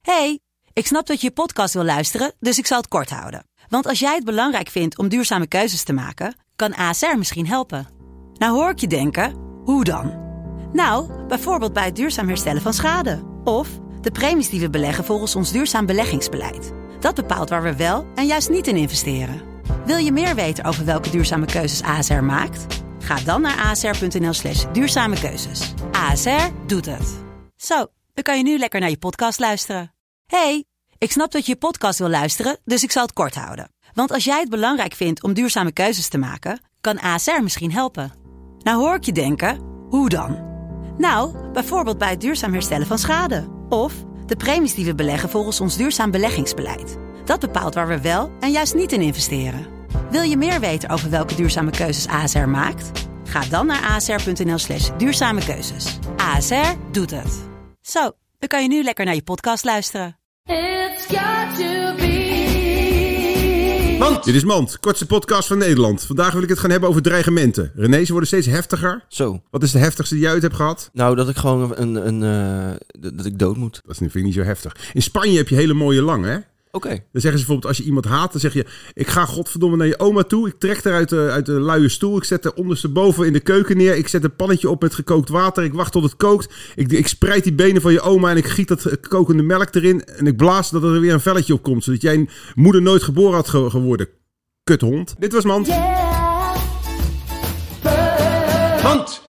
Hey, ik snap dat je je podcast wil luisteren, dus ik zal het kort houden. Want als jij het belangrijk vindt om duurzame keuzes te maken, kan ASR misschien helpen. Nou hoor ik je denken, hoe dan? Nou, bijvoorbeeld bij het duurzaam herstellen van schade. Of de premies die we beleggen volgens ons duurzaam beleggingsbeleid. Dat bepaalt waar we wel en juist niet in investeren. Wil je meer weten over welke duurzame keuzes ASR maakt? Ga dan naar asr.nl/duurzame keuzes. ASR doet het. Zo, dan kan je nu lekker naar je podcast luisteren. Hey, ik snap dat je je podcast wil luisteren, dus ik zal het kort houden. Want als jij het belangrijk vindt om duurzame keuzes te maken, kan ASR misschien helpen. Nou hoor ik je denken, hoe dan? Nou, bijvoorbeeld bij het duurzaam herstellen van schade. Of de premies die we beleggen volgens ons duurzaam beleggingsbeleid. Dat bepaalt waar we wel en juist niet in investeren. Wil je meer weten over welke duurzame keuzes ASR maakt? Ga dan naar asr.nl/duurzame keuzes. ASR doet het. Zo, dan kan je nu lekker naar je podcast luisteren. It's got to be. Mand. Dit is Mand, kortste podcast van Nederland. Vandaag wil ik het gaan hebben over dreigementen. René, ze worden steeds heftiger. Zo. Wat is de heftigste die je uit hebt gehad? Nou, dat ik gewoon dat ik dood moet. Dat vind ik niet zo heftig. In Spanje heb je hele mooie lang, hè? Oké. Dan zeggen ze bijvoorbeeld, als je iemand haat, dan zeg je... Ik ga godverdomme naar je oma toe. Ik trek haar uit de luie stoel. Ik zet haar ondersteboven in de keuken neer. Ik zet een pannetje op met gekookt water. Ik wacht tot het kookt. Ik spreid die benen van je oma en ik giet dat kokende melk erin. En ik blaas dat er weer een velletje op komt. Zodat jij moeder nooit geboren had geworden. Kuthond. Dit was Mand. Yeah. Mand.